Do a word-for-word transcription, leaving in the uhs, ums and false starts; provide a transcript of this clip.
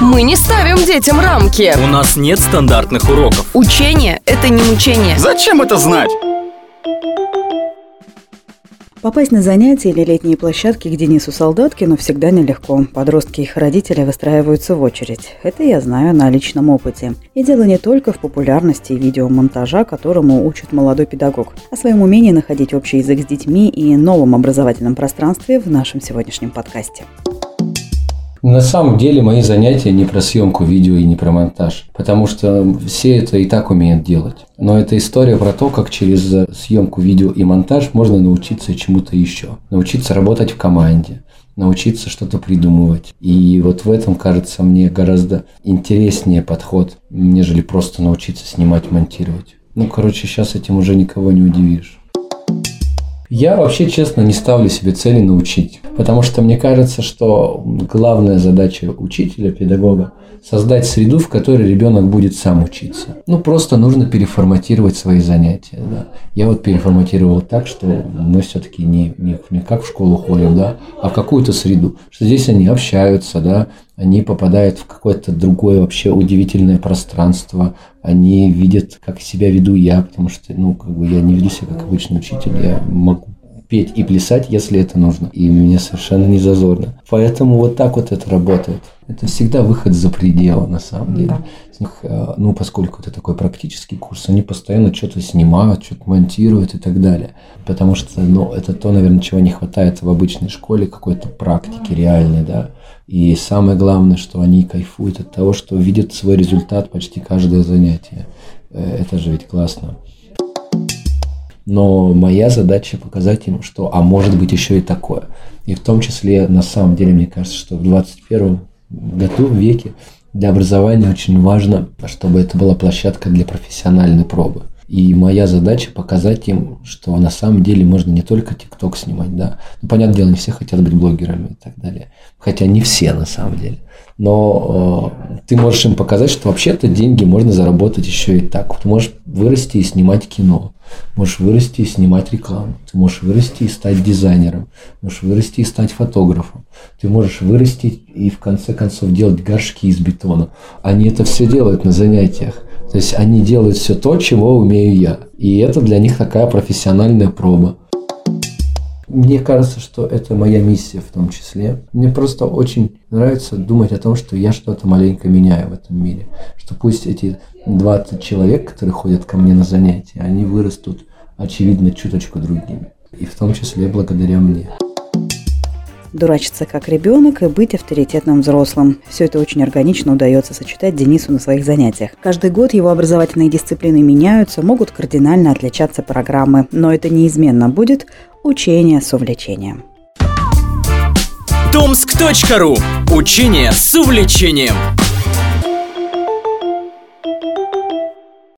Мы не ставим детям рамки. У нас нет стандартных уроков. Учение – это не мучение. Зачем это знать? Попасть на занятия или летние площадки к Денису Солдаткину всегда нелегко. Подростки и их родители выстраиваются в очередь. Это я знаю на личном опыте. И дело не только в популярности видеомонтажа, которому учит молодой педагог, а в своем умении находить общий язык с детьми и новом образовательном пространстве в нашем сегодняшнем подкасте. На самом деле мои занятия не про съемку видео и не про монтаж, потому что все это и так умеют делать. Но это история про то, как через съемку видео и монтаж можно научиться чему-то еще. Научиться работать в команде, научиться что-то придумывать. И вот в этом, кажется, мне гораздо интереснее подход, нежели просто научиться снимать, монтировать. Ну, короче, сейчас этим уже никого не удивишь. Я вообще, честно, не ставлю себе цели научить, потому что мне кажется, что главная задача учителя, педагога – создать среду, в которой ребенок будет сам учиться. Ну, просто нужно переформатировать свои занятия. Да. Я вот переформатировал так, что мы все-таки не, не, не как в школу ходим, да, а в какую-то среду. Что здесь они общаются, да, они попадают в какое-то другое вообще удивительное пространство, они видят, как себя веду я, потому что, ну, как бы я не веду себя как обычный учитель, я могу петь и плясать, если это нужно, и мне совершенно не зазорно. Поэтому вот так вот это работает. Это всегда выход за пределы, на самом деле. Ну, поскольку это такой практический курс, они постоянно что-то снимают, что-то монтируют и так далее. Потому что, ну, это то, наверное, чего не хватает в обычной школе, какой-то практики реальной, да. И самое главное, что они кайфуют от того, что видят свой результат почти каждое занятие. Это же ведь классно. Но моя задача показать им, что, а может быть еще и такое. И в том числе, на самом деле, мне кажется, что в двадцать первом году, веке, для образования очень важно, чтобы это была площадка для профессиональной пробы. И моя задача показать им, что на самом деле можно не только ТикТок снимать, да. Ну, понятное дело, не все хотят быть блогерами и так далее. Хотя не все на самом деле. Но э, ты можешь им показать, что вообще-то деньги можно заработать еще и так. Ты можешь вырасти и снимать кино. Можешь вырасти и снимать рекламу. Ты можешь вырасти и стать дизайнером. Можешь вырасти и стать фотографом. Ты можешь вырасти и в конце концов делать горшки из бетона. Они это все делают на занятиях. То есть они делают все то, чего умею я. И это для них такая профессиональная проба. Мне кажется, что это моя миссия в том числе. Мне просто очень нравится думать о том, что я что-то маленько меняю в этом мире. Что пусть эти двадцать человек, которые ходят ко мне на занятия, они вырастут, очевидно, чуточку другими. И в том числе благодаря мне. Дурачиться как ребенок и быть авторитетным взрослым. Все это очень органично удается сочетать Денису на своих занятиях. Каждый год его образовательные дисциплины меняются, могут кардинально отличаться программы, но это неизменно будет учение с увлечением. Томск точка ру. Учение с увлечением.